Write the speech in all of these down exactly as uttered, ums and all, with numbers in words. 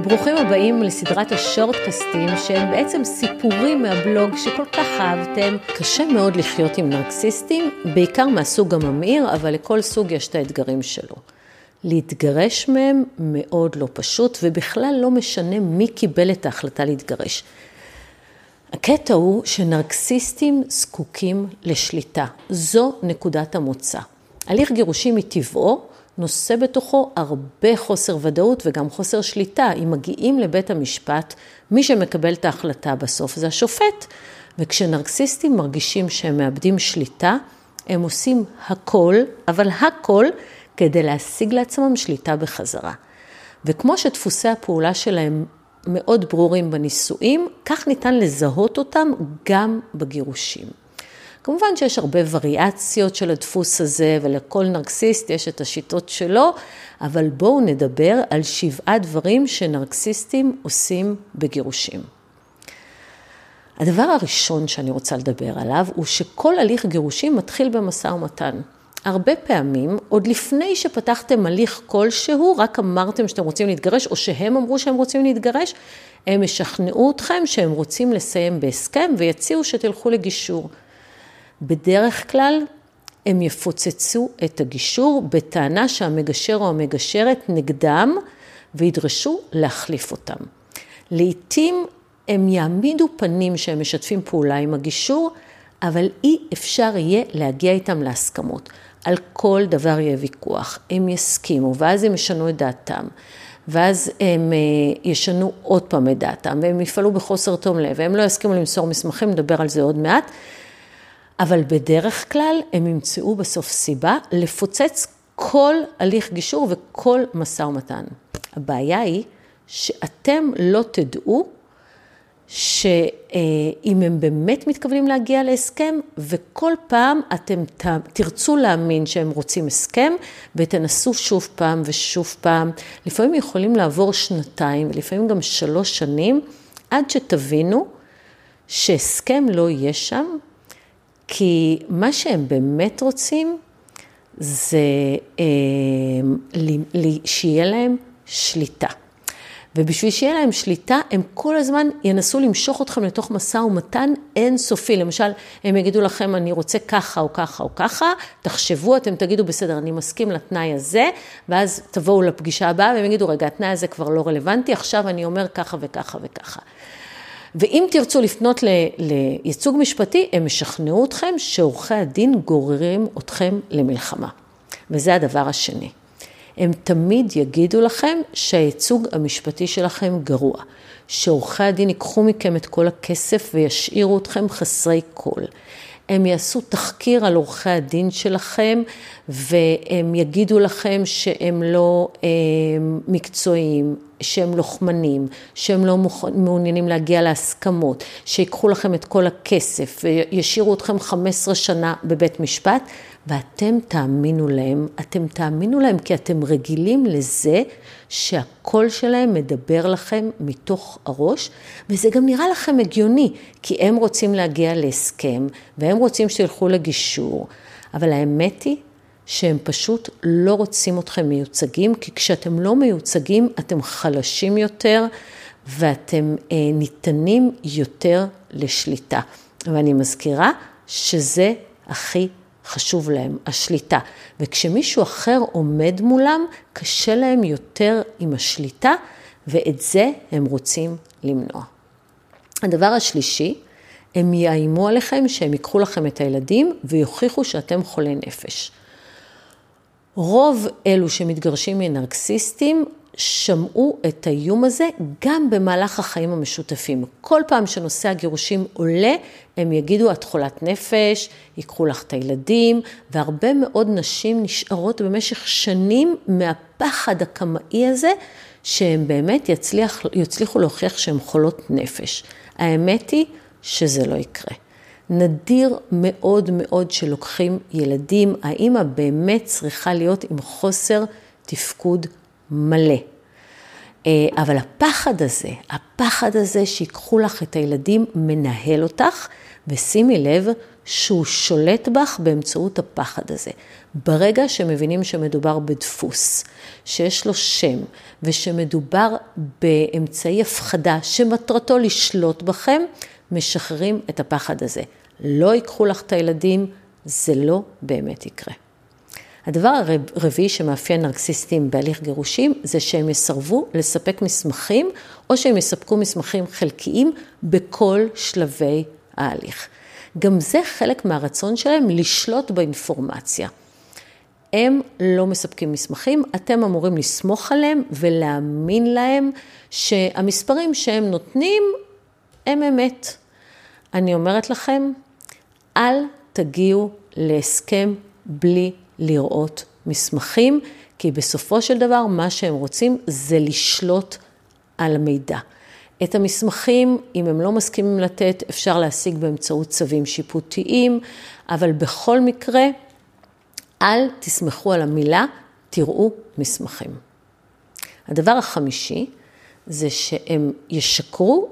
ברוכים הבאים לסדרת השורטקסטים שהם בעצם סיפורים מהבלוג שכל כך אהבתם. קשה מאוד לחיות עם נרקסיסטים, בעיקר מהסוג הממאיר, אבל לכל סוג יש את האתגרים שלו. להתגרש מהם מאוד לא פשוט, ובכלל לא משנה מי קיבל את ההחלטה להתגרש. הקטע הוא שנרקסיסטים זקוקים לשליטה. זו נקודת המוצא. הליך גירושים מטבעו נושא בתוכו הרבה חוסר ודאות וגם חוסר שליטה. אם מגיעים לבית המשפט, מי שמקבל את ההחלטה בסוף זה השופט. וכשנרקסיסטים מרגישים שהם מאבדים שליטה, הם עושים הכל, אבל הכל כדי להשיג לעצמם שליטה בחזרה. וכמו שדפוסי הפעולה שלהם מאוד ברורים בנישואים, כך ניתן לזהות אותם גם בגירושים. כמובן שיש הרבה וריאציות של הדפוס הזה, ולכל נרקסיסט יש את השיטות שלו, אבל בואו נדבר על שבעה דברים שנרקסיסטים עושים בגירושים. הדבר הראשון שאני רוצה לדבר עליו, הוא שכל הליך גירושים מתחיל במשא ומתן. הרבה פעמים, עוד לפני שפתחתם הליך כלשהו, רק אמרתם שאתם רוצים להתגרש, או שהם אמרו שהם רוצים להתגרש, הם ישכנעו אתכם שהם רוצים לסיים בהסכם, ויציעו שתלכו לגישור. בדרך כלל, הם יפוצצו את הגישור, בטענה שהמגשר או המגשרת נגדם, וידרשו להחליף אותם. לעתים, הם יעמידו פנים שהם משתפים פעולה עם הגישור, אבל אי אפשר יהיה להגיע איתם להסכמות. על כל דבר יהיה ויכוח, הם יסכימו, ואז הם ישנו את דעתם, ואז הם ישנו עוד פעם את דעתם, והם יפעלו בחוסר תום לב, והם לא יסכימו למסור מסמכים, נדבר על זה עוד מעט, אבל בדרך כלל הם ימצאו בסוף סיבה לפוצץ כל הליך גישור וכל משא ומתן. הבעיה היא שאתם לא תדעו שאם הם באמת מתכוונים להגיע להסכם, וכל פעם אתם תרצו להאמין שהם רוצים הסכם, ותנסו שוב פעם ושוב פעם. לפעמים יכולים לעבור שנתיים, ולפעמים גם שלוש שנים, עד שתבינו שהסכם לא יהיה שם, כי מה שהם באמת רוצים, זה שיהיה להם שליטה. ובשביל שיהיה להם שליטה, הם כל הזמן ינסו למשוך אתכם לתוך משא ומתן אינסופי. למשל, הם יגידו לכם, אני רוצה ככה או ככה או ככה, תחשבו, אתם תגידו, בסדר, אני מסכים לתנאי הזה, ואז תבואו לפגישה הבאה, והם יגידו, רגע, התנאי הזה כבר לא רלוונטי, עכשיו אני אומר ככה וככה וככה. ואם תרצו לפנות לייצוג משפטי, הם משכנעו אתכם שעורכי הדין גוררים אתכם למלחמה. וזה הדבר השני. הם תמיד יגידו לכם שהייצוג המשפטי שלכם גרוע, שעורכי הדין ייקחו מכם את כל הכסף וישאירו אתכם חסרי כל. הם יעשו תחקיר על עורכי הדין שלכם, והם יגידו לכם שהם לא הם, מקצועיים, שהם לוחמנים, שהם לא מעוניינים להגיע להסכמות, שיקחו לכם את כל הכסף וישאירו אתכם חמש עשרה שנה בבית משפט, ואתם תאמינו להם, אתם תאמינו להם כי אתם רגילים לזה שהקול שלהם מדבר לכם מתוך הראש, וזה גם נראה לכם הגיוני, כי הם רוצים להגיע להסכם, והם רוצים שתלכו לגישור, אבל האמת היא שהם פשוט לא רוצים אתכם מיוצגים, כי כשאתם לא מיוצגים, אתם חלשים יותר, ואתם אה, ניתנים יותר לשליטה. ואני מזכירה שזה הכי חשוב להם, השליטה. וכשמישהו אחר עומד מולם, קשה להם יותר עם השליטה, ואת זה הם רוצים למנוע. הדבר השלישי, הם יאיימו עליכם שהם ייקחו לכם את הילדים, ויוכיחו שאתם חולי נפש. רוב אלו שמתגרשים מנרקסיסטים, שמעו את האיום הזה גם במהלך החיים המשותפים. כל פעם שנושא הגירושים עולה, הם יגידו, את חולת נפש, ייקחו לך את הילדים, והרבה מאוד נשים נשארות במשך שנים מהפחד הקמאי הזה, שהם באמת יצליח, יצליחו להוכיח שהם חולות נפש. האמת היא שזה לא יקרה. נדיר מאוד מאוד שלוקחים ילדים, האמא באמת צריכה להיות עם חוסר תפקוד מלא. אבל הפחד הזה, הפחד הזה שיקחו לך את הילדים, מנהל אותך, ושימי לב שהוא שולט בך באמצעות הפחד הזה. ברגע שמבינים שמדובר בדפוס, שיש לו שם, ושמדובר באמצעי הפחדה שמטרתו לשלוט בכם, משחררים את הפחד הזה. לא ייקחו לך את הילדים, זה לא באמת יקרה. הדבר הרביעי שמאפיין נרקסיסטים בהליך גירושים, זה שהם יסרבו לספק מסמכים, או שהם יספקו מסמכים חלקיים בכל שלבי ההליך. גם זה חלק מהרצון שלהם לשלוט באינפורמציה. הם לא מספקים מסמכים, אתם אמורים לסמוך עליהם ולהאמין להם שהמספרים שהם נותנים הם אמת. אני אומרת לכם, אל תגיעו להסכם בלי לראות מסמכים, כי בסופו של דבר מה שהם רוצים זה לשלוט על המידע. את המסמכים, אם הם לא מסכימים לתת, אפשר להשיג באמצעות צווים שיפוטיים, אבל בכל מקרה, אל תסמכו על המילה, תראו מסמכים. הדבר החמישי, זה שהם ישקרו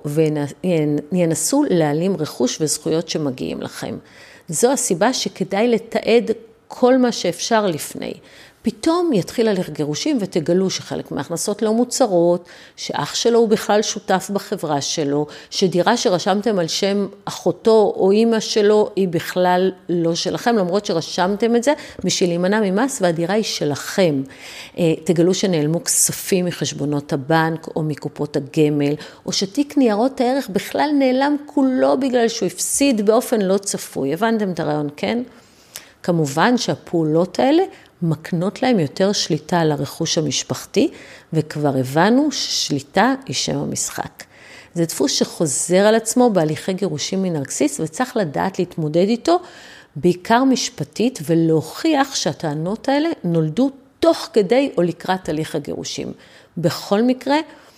וינסו להעלים רכוש וזכויות שמגיעים לכם. זו הסיבה שכדאי לתעד כל מה שאפשר לפני. פתאום יתחיל הליך גירושים ותגלו שחלק מההכנסות לא מוצרות, שאח שלו הוא בכלל שותף בחברה שלו, שדירה שרשמתם על שם אחותו או אמא שלו היא בכלל לא שלכם, למרות שרשמתם את זה בשביל להימנע ממס והדירה היא שלכם. תגלו שנעלמו כספים מחשבונות הבנק או מקופות הגמל, או שתיק ניירות הערך בכלל נעלם כולו בגלל שהוא הפסיד באופן לא צפוי. הבנתם את הרעיון, כן? כמובן שהפעולות האלה מקנות להם יותר שליטה על הרכוש המשפחתי, וכבר הבנו ששליטה היא שם המשחק. זה דפוס שחוזר על עצמו בהליכי גירושים מנרקסיסט, וצריך לדעת להתמודד איתו, בעיקר משפטית, ולהוכיח שהטענות האלה נולדו תוך כדי או לקראת הליך הגירושים. בכל מקרה,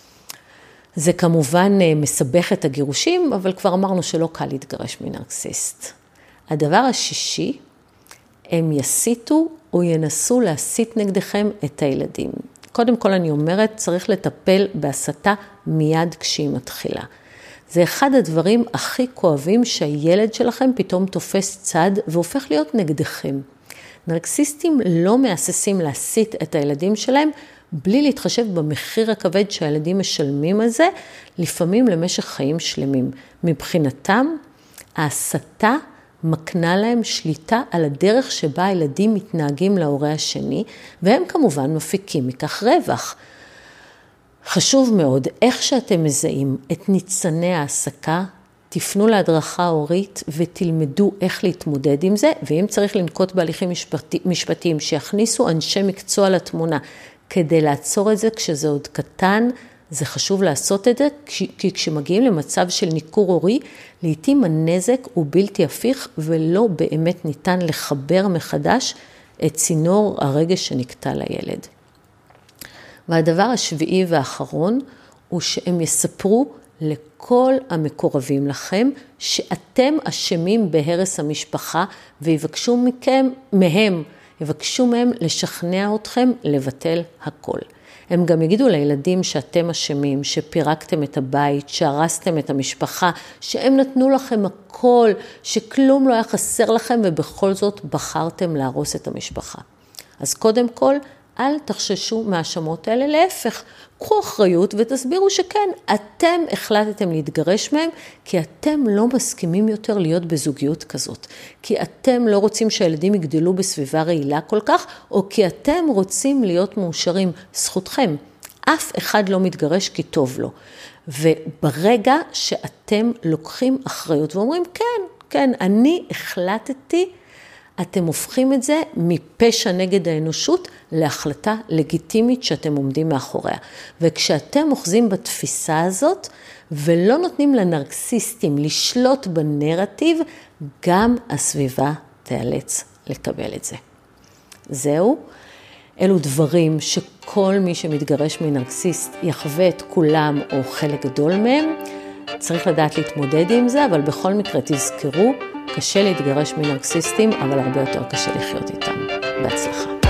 זה כמובן מסבך את הגירושים, אבל כבר אמרנו שלא קל להתגרש מנרקסיסט. הדבר השישי, הם יסיתו או ינסו להסית נגדכם את הילדים. קודם כל אני אומרת, צריך לטפל בהסתה מיד כשהיא מתחילה. זה אחד הדברים הכי כואבים שהילד שלכם פתאום תופס צד והופך להיות נגדכם. נרקסיסטים לא מהססים להסית את הילדים שלהם, בלי להתחשב במחיר הכבד שהילדים משלמים על זה, לפעמים למשך חיים שלמים. מבחינתם, ההסתה מקנה להם שליטה על הדרך שבה הילדים מתנהגים להורה השני, והם כמובן מפיקים מכך רווח. חשוב מאוד, איך שאתם מזהים את ניצני העסקה, תפנו להדרכה הורית ותלמדו איך להתמודד עם זה, ואם צריך לנקוט בהליכים משפטי, משפטיים שיכניסו אנשי מקצוע לתמונה, כדי לעצור את זה כשזה עוד קטן, זה חשוב לעשות את זה, כי כשמגיעים למצב של ניכור הורי, לעתים הנזק הוא בלתי הפיך, ולא באמת ניתן לחבר מחדש את צינור הרגש שנקטע לילד. והדבר השביעי והאחרון, הוא שהם יספרו לכל המקורבים לכם, שאתם אשמים בהרס המשפחה, ויבקשו מכם, מהם, יבקשו מהם לשכנע אתכם לבטל הכל. הם גם יגידו לילדים שאתם אשמים, שפירקתם את הבית, שהרסתם את המשפחה, שהם נתנו לכם הכל, שכלום לא היה חסר לכם, ובכל זאת בחרתם להרוס את המשפחה. אז קודם כל, אל תחששו מהאשמות האלה, להפך, קחו אחריות ותסבירו שכן, אתם החלטתם להתגרש מהם, כי אתם לא מסכימים יותר להיות בזוגיות כזאת, כי אתם לא רוצים שהילדים יגדלו בסביבה רעילה כל כך, או כי אתם רוצים להיות מאושרים, זכותכם. אף אחד לא מתגרש כי טוב לו. וברגע שאתם לוקחים אחריות ואומרים, כן, כן, אני החלטתי, אתם הופכים את זה מפשע נגד האנושות להחלטה לגיטימית שאתם עומדים מאחוריה. וכשאתם אוחזים בתפיסה הזאת ולא נותנים לנרקסיסטים לשלוט בנרטיב, גם הסביבה תיאלץ לקבל את זה. זהו, אלו דברים שכל מי שמתגרש מנרקסיסט יחווה את כולם או חלק גדול מהם. צריך לדעת להתמודד עם זה, אבל בכל מקרה תזכרו, קשה להתגרש מנרקסיסטים, אבל הרבה יותר קשה לחיות איתם. בהצלחה.